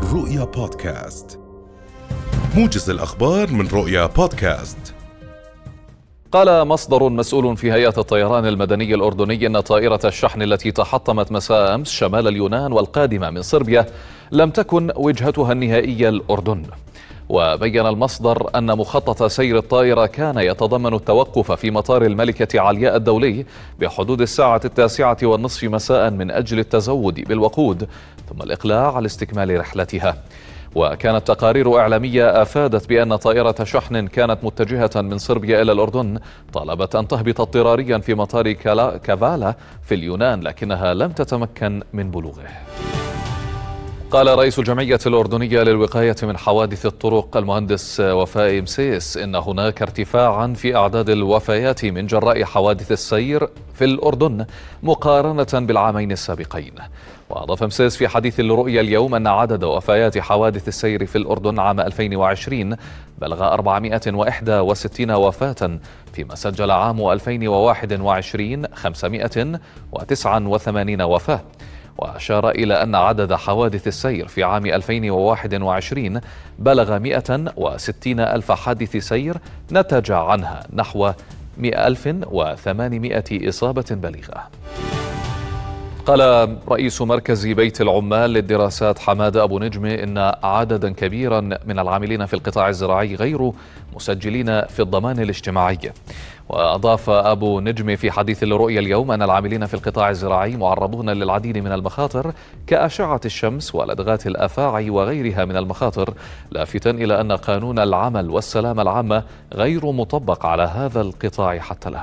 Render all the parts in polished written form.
رؤيا بودكاست، موجز الأخبار من رؤيا بودكاست. قال مصدر مسؤول في هيئة الطيران المدني الأردني أن طائرة الشحن التي تحطمت مساء أمس شمال اليونان والقادمة من صربيا لم تكن وجهتها النهائية الأردن. وبين المصدر أن مخطط سير الطائرة كان يتضمن التوقف في مطار الملكة علياء الدولي بحدود الساعة 9:30 مساء من أجل التزود بالوقود، ثم الإقلاع لاستكمال رحلتها. وكانت تقارير إعلامية أفادت بأن طائرة شحن كانت متجهة من صربيا إلى الأردن طالبت أن تهبط اضطراريا في مطار كافالا في اليونان، لكنها لم تتمكن من بلوغه. قال رئيس الجمعية الأردنية للوقاية من حوادث الطرق المهندس وفاء مسيس إن هناك ارتفاعا في أعداد الوفيات من جراء حوادث السير في الأردن مقارنة بالعامين السابقين. وأضاف مسيس في حديث لرؤيا اليوم أن عدد وفيات حوادث السير في الأردن عام 2020 بلغ 461 وفاة، فيما سجل عام 2021 589 وفاة. وأشار إلى أن عدد حوادث السير في عام 2021 بلغ 160 ألف حادث سير، نتج عنها نحو 1,800 إصابة بليغة. قال رئيس مركز بيت العمال للدراسات حمادة أبو نجم إن عددا كبيرا من العاملين في القطاع الزراعي غير مسجلين في الضمان الاجتماعي. وأضاف أبو نجم في حديث لرؤيا اليوم أن العاملين في القطاع الزراعي معرضون للعديد من المخاطر كأشعة الشمس ولدغات الأفاعي وغيرها من المخاطر، لافتا إلى أن قانون العمل والسلامة العامة غير مطبق على هذا القطاع حتى الآن.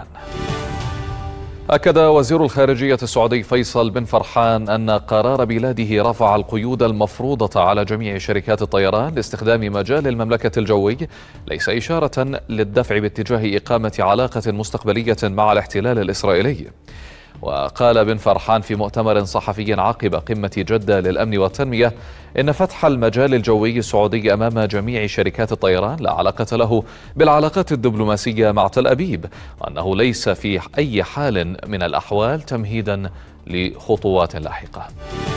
أكد وزير الخارجية السعودي فيصل بن فرحان أن قرار بلاده رفع القيود المفروضة على جميع شركات الطيران لاستخدام مجال المملكة الجوي ليس إشارة للدفع باتجاه إقامة علاقة مستقبلية مع الاحتلال الإسرائيلي. وقال بن فرحان في مؤتمر صحفي عقب قمة جدة للأمن والتنمية إن فتح المجال الجوي السعودي أمام جميع شركات الطيران لا علاقة له بالعلاقات الدبلوماسية مع تل أبيب، وأنه ليس في أي حال من الأحوال تمهيدا لخطوات لاحقة.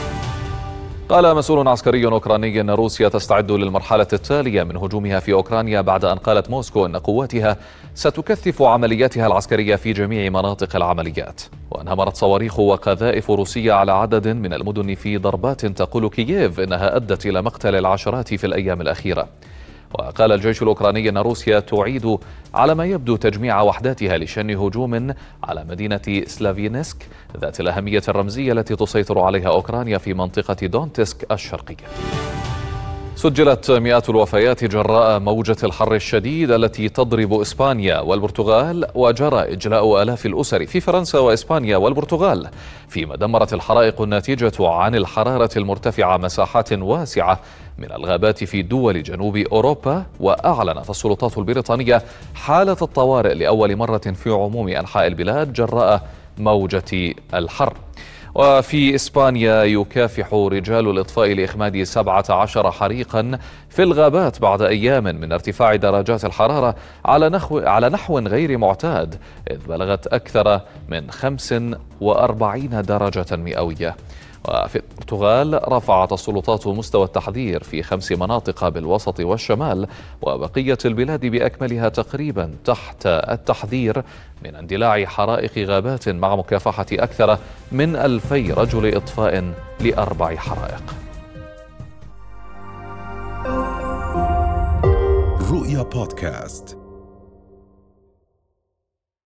قال مسؤول عسكري أوكراني أن روسيا تستعد للمرحلة التالية من هجومها في أوكرانيا بعد أن قالت موسكو أن قواتها ستكثف عملياتها العسكرية في جميع مناطق العمليات. وانهمرت صواريخ وقذائف روسية على عدد من المدن في ضربات تقول كييف إنها أدت إلى مقتل العشرات في الأيام الأخيرة. وقال الجيش الأوكراني أن روسيا تعيد على ما يبدو تجميع وحداتها لشن هجوم على مدينة سلافينسك ذات الأهمية الرمزية التي تسيطر عليها أوكرانيا في منطقة دونتسك الشرقية. سجلت مئات الوفيات جراء موجة الحر الشديد التي تضرب إسبانيا والبرتغال، وجرى إجلاء آلاف الأسر في فرنسا وإسبانيا والبرتغال، فيما دمرت الحرائق الناتجة عن الحرارة المرتفعة مساحات واسعة من الغابات في دول جنوب أوروبا. وأعلنت السلطات البريطانية حالة الطوارئ لأول مرة في عموم أنحاء البلاد جراء موجة الحر. وفي إسبانيا يكافح رجال الإطفاء لإخماد 17 حريقا في الغابات بعد أيام من ارتفاع درجات الحرارة على نحو غير معتاد، إذ بلغت أكثر من 45 درجة مئوية. وفي البرتغال رفعت السلطات مستوى التحذير في 5 مناطق بالوسط والشمال، وبقية البلاد بأكملها تقريبا تحت التحذير من اندلاع حرائق غابات، مع مكافحة أكثر من 2000 رجل إطفاء ل4 حرائق. رؤيا بودكاست.